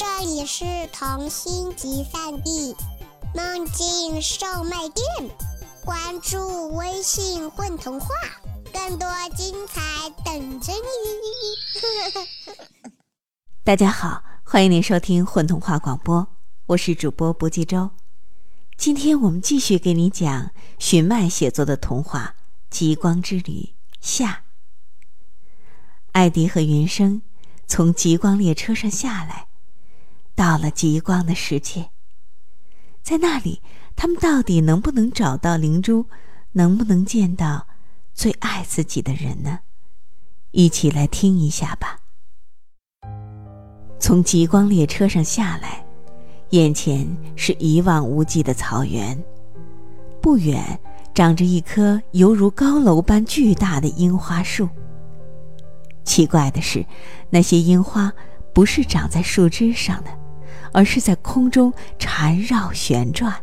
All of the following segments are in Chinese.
这里是童心集散地梦境售卖店，关注微信混童话，更多精彩等着你。 大家好，欢迎您收听混童话广播，我是主播不计周。今天我们继续给你讲寻麦写作的童话《极光之旅》下。艾迪和云生从极光列车上下来，到了极光的世界。在那里，他们到底能不能找到灵珠，能不能见到最爱自己的人呢？一起来听一下吧。从极光列车上下来，眼前是一望无际的草原，不远长着一棵犹如高楼般巨大的樱花树。奇怪的是，那些樱花不是长在树枝上的，而是在空中缠绕旋转。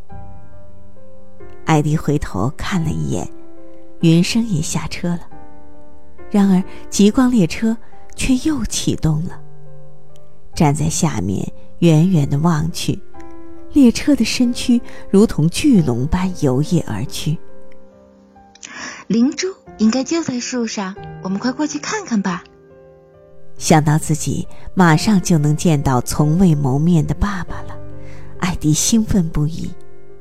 艾迪回头看了一眼，云生也下车了。然而极光列车却又启动了。站在下面远远地望去，列车的身躯如同巨龙般游曳而去。 灵珠应该就在树上，我们快过去看看吧。 想到自己马上就能见到从未谋面的爸爸了，艾迪兴奋不已。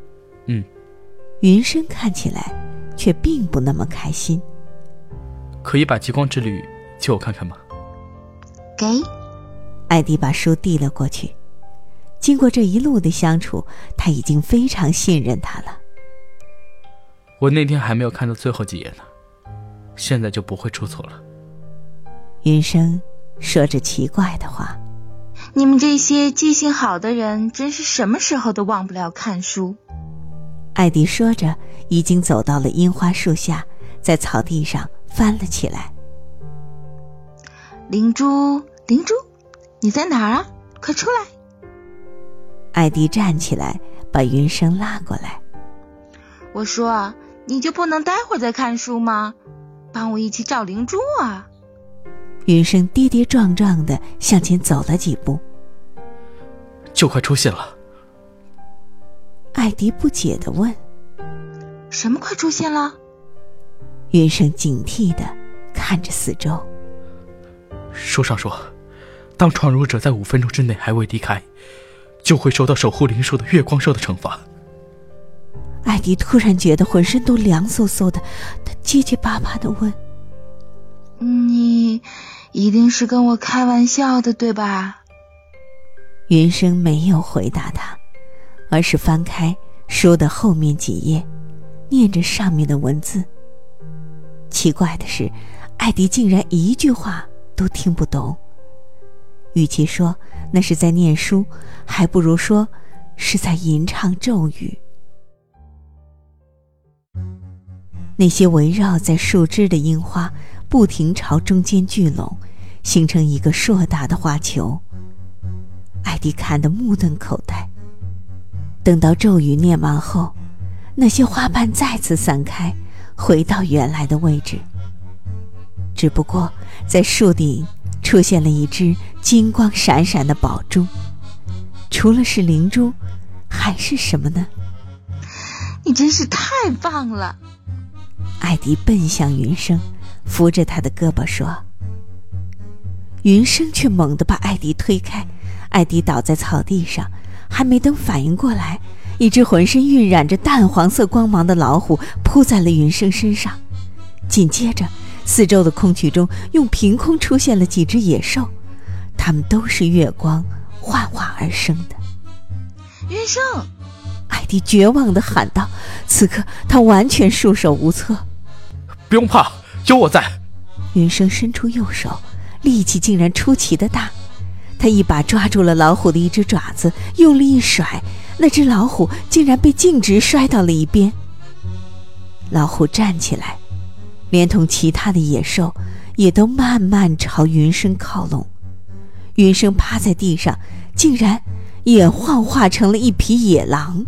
云生看起来却并不那么开心。 可以把极光之旅借我看看吗？ 给。 艾迪把书递了过去。经过这一路的相处，他已经非常信任他了。 我那天还没有看到最后几页呢，现在就不会出错了。 云生说着奇怪的话。 你们这些记性好的人，真是什么时候都忘不了看书。 艾迪说着，已经走到了樱花树下，在草地上翻了起来。 灵珠，灵珠，你在哪儿啊？快出来！ 艾迪站起来，把云生拉过来。 我说，你就不能待会儿再看书吗？帮我一起找灵珠啊！ 云生跌跌撞撞地向前走了几步。 就快出现了。 艾迪不解地问： 什么快出现了？ 云生警惕地看着四周。 书上说，当闯入者在5分钟之内还未离开，就会受到守护灵兽的月光兽的惩罚。 艾迪突然觉得浑身都凉飕飕的，他结结巴巴地问： 你一定是跟我开玩笑的，对吧？ 云生没有回答他，而是翻开书的后面几页，念着上面的文字。奇怪的是，艾迪竟然一句话都听不懂。与其说那是在念书，还不如说是在吟唱咒语。那些围绕在树枝的樱花不停朝中间聚拢，形成一个硕大的花球。艾迪看得目瞪口呆。等到咒语念完后，那些花瓣再次散开，回到原来的位置。只不过在树顶出现了一只金光闪闪的宝珠，除了是灵珠，还是什么呢？ 你真是太棒了！ 艾迪奔向云生，扶着他的胳膊说。云生却猛地把艾迪推开，艾迪倒在草地上，还没等反应过来，一只浑身晕染着淡黄色光芒的老虎扑在了云生身上。紧接着，四周的空气中又凭空出现了几只野兽，它们都是月光幻化而生的。 云生！ 艾迪绝望地喊道，此刻他完全束手无策。 不用怕，有我在。 云生伸出右手，力气竟然出奇的大，他一把抓住了老虎的一只爪子，用力一甩，那只老虎竟然被径直摔到了一边。老虎站起来，连同其他的野兽也都慢慢朝云生靠拢。云生趴在地上，竟然也幻化成了一匹野狼。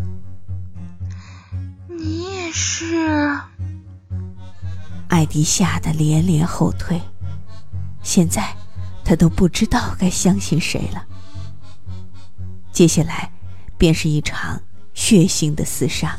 你也是？ 艾迪吓得连连后退，现在他都不知道该相信谁了。 接下来便是一场血腥的厮杀。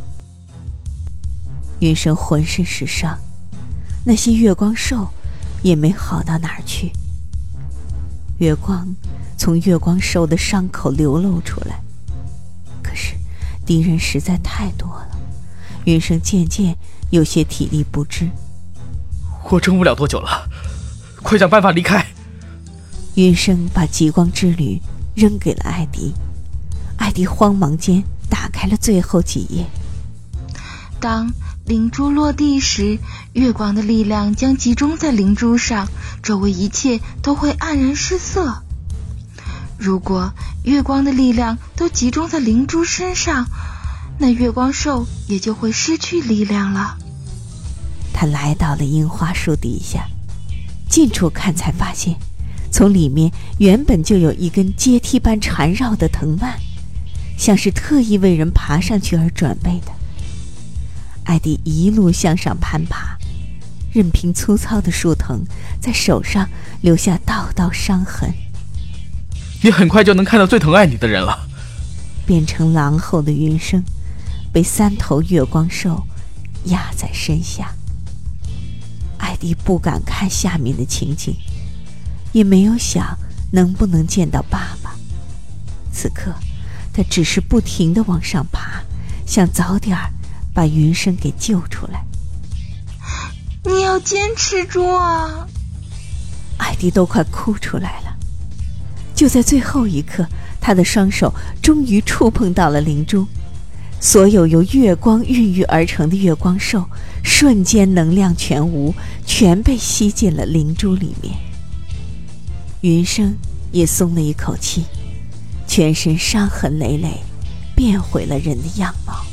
云生浑身是伤，那些月光兽也没好到哪儿去。月光从月光兽的伤口流露出来，可是敌人实在太多了，云生渐渐有些体力不支。 我撑不了多久了，快想办法离开。 云生把极光之旅扔给了艾迪，艾迪慌忙间打开了最后几页。 当灵珠落地时，月光的力量将集中在灵珠上，周围一切都会黯然失色。如果月光的力量都集中在灵珠身上，那月光兽也就会失去力量了。 他来到了樱花树底下，近处看才发现，从里面原本就有一根阶梯般缠绕的藤蔓，像是特意为人爬上去而准备的。艾迪一路向上攀爬，任凭粗糙的树藤在手上留下道道伤痕。 你很快就能看到最疼爱你的人了。 变成狼后的云生被3头月光兽压在身下。艾迪不敢看下面的情景，也没有想能不能见到爸爸。此刻他只是不停地往上爬，想早点把云生给救出来。 你要坚持住啊！ 艾迪都快哭出来了。就在最后一刻，他的双手终于触碰到了灵珠，所有由月光孕育而成的月光兽瞬间能量全无，全被吸进了灵珠里面。云生也松了一口气，全身伤痕累累，变回了人的样貌。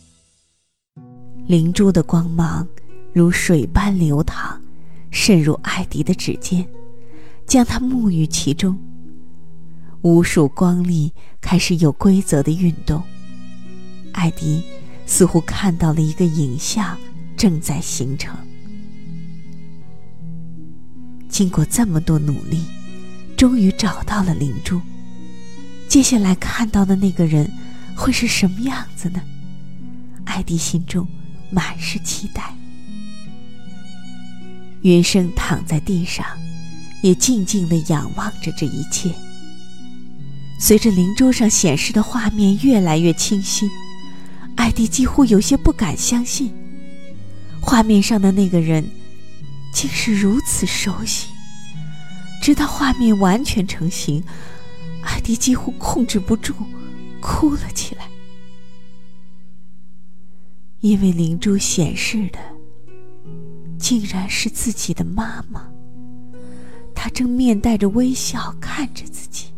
灵珠的光芒如水般流淌，渗入艾迪的指尖，将他沐浴其中。无数光粒开始有规则的运动，艾迪似乎看到了一个影像正在形成。经过这么多努力，终于找到了灵珠。接下来看到的那个人会是什么样子呢？艾迪心中满是期待。云生躺在地上，也静静地仰望着这一切。随着灵珠上显示的画面越来越清晰，艾迪几乎有些不敢相信，画面上的那个人竟是如此熟悉。直到画面完全成型，艾迪几乎控制不住哭了起来。因为灵珠显示的竟然是自己的妈妈，她正面带着微笑看着自己。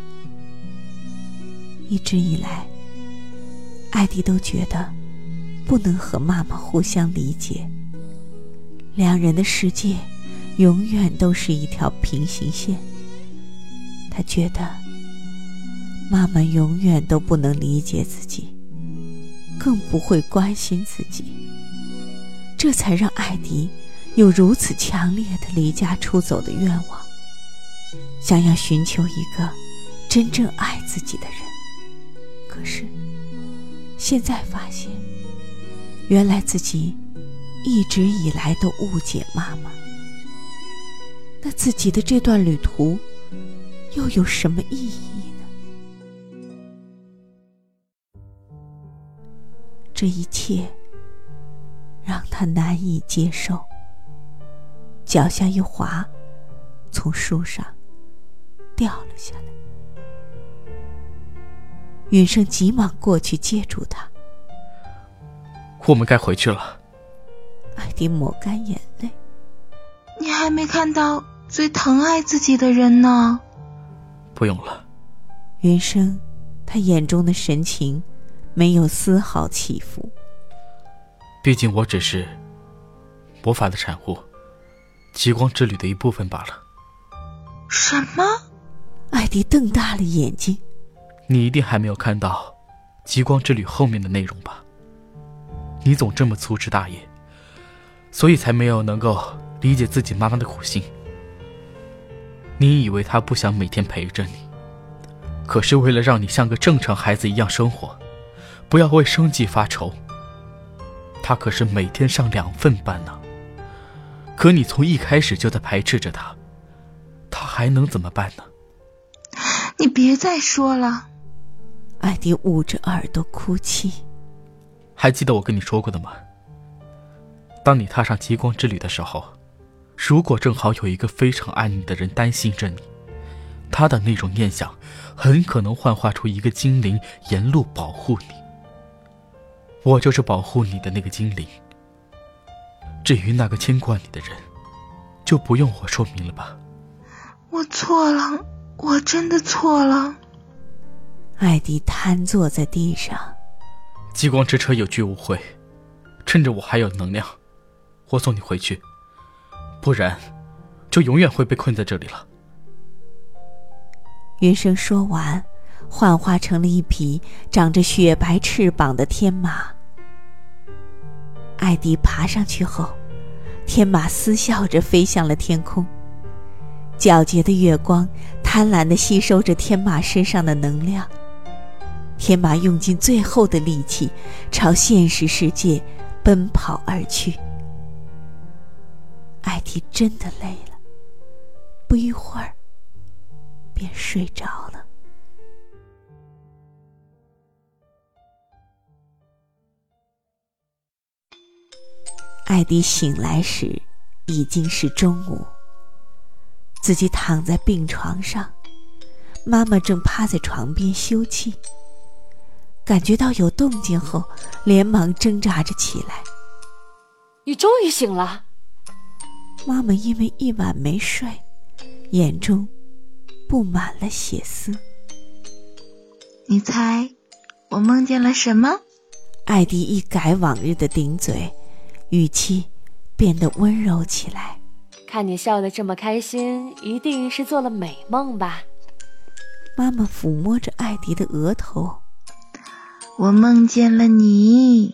一直以来，艾迪都觉得不能和妈妈互相理解，两人的世界永远都是一条平行线。他觉得妈妈永远都不能理解自己，更不会关心自己，这才让艾迪有如此强烈的离家出走的愿望，想要寻求一个真正爱自己的人。可是现在发现，原来自己一直以来都误解妈妈。那自己的这段旅途又有什么意义呢？这一切让他难以接受，脚下一滑，从树上掉了下来。云生急忙过去接住他。 我们该回去了。 艾迪抹干眼泪。 你还没看到最疼爱自己的人呢。 不用了。 云生他眼中的神情没有丝毫起伏。 毕竟我只是魔法的产物，极光之旅的一部分罢了。 什么？ 艾迪瞪大了眼睛。 你一定还没有看到极光之旅后面的内容吧？你总这么粗枝大叶，所以才没有能够理解自己妈妈的苦心。你以为她不想每天陪着你， 可是为了让你像个正常孩子一样生活，不要为生计发愁。他可是每天上2份班呢，可你从一开始就在排斥着他，他还能怎么办呢？ 你别再说了。 艾迪捂着耳朵哭泣。 还记得我跟你说过的吗？当你踏上极光之旅的时候，如果正好有一个非常爱你的人担心着你，他的那种念想很可能幻化出一个精灵沿路保护你。我就是保护你的那个精灵。至于那个牵挂你的人，就不用我说明了吧。 我错了，我真的错了。 艾迪瘫坐在地上。 极光之车有去无回，趁着我还有能量，我送你回去，不然就永远会被困在这里了。 云生说完，幻化成了一匹长着雪白翅膀的天马。艾迪爬上去后，天马嘶笑着飞向了天空。皎洁的月光贪婪地吸收着天马身上的能量。天马用尽最后的力气朝现实世界奔跑而去。艾迪真的累了，不一会儿便睡着了。艾迪醒来时已经是中午，自己躺在病床上，妈妈正趴在床边休憩。感觉到有动静后，连忙挣扎着起来。 你终于醒了。 妈妈因为一晚没睡，眼中布满了血丝。 你猜我梦见了什么？ 艾迪一改往日的顶嘴，语气变得温柔起来。 看你笑得这么开心，一定是做了美梦吧？ 妈妈抚摸着艾迪的额头。 我梦见了你。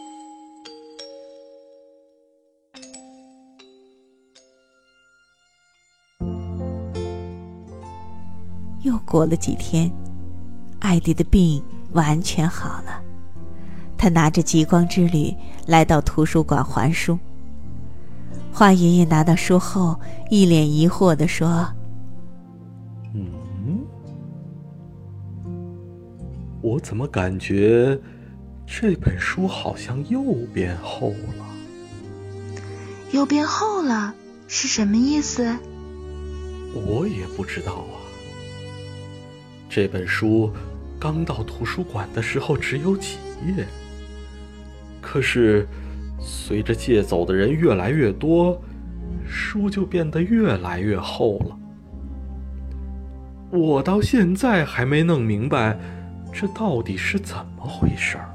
又过了几天，艾迪的病完全好了。他拿着极光之旅来到图书馆还书。花爷爷拿到书后，一脸疑惑地说： 我怎么感觉这本书好像又变厚了？ 又变厚了是什么意思？ 我也不知道啊。这本书刚到图书馆的时候只有几页，可是随着借走的人越来越多，书就变得越来越厚了。我到现在还没弄明白这到底是怎么回事儿。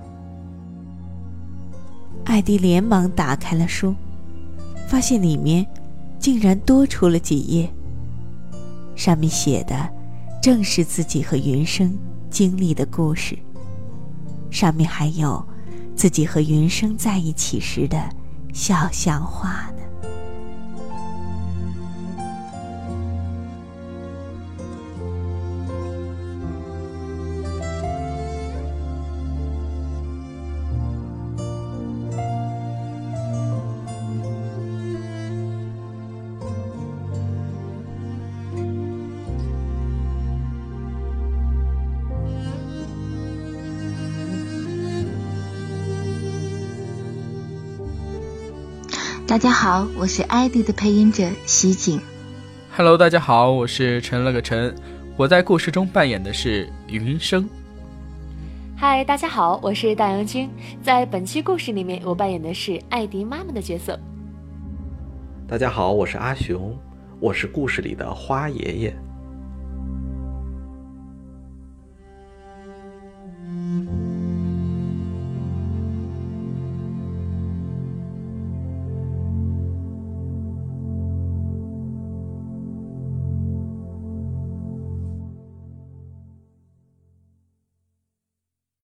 艾迪连忙打开了书，发现里面竟然多出了几页，上面写的正是自己和云生经历的故事，上面还有自己和云生在一起时的肖像画呢。 大家好，我是艾迪的配音者西景。 Hello， 大家好，我是陈了个陈，我在故事中扮演的是云生。 嗨，大家好，我是大杨君，在本期故事里面，我扮演的是艾迪妈妈的角色。 大家好，我是阿雄，我是故事里的花爷爷。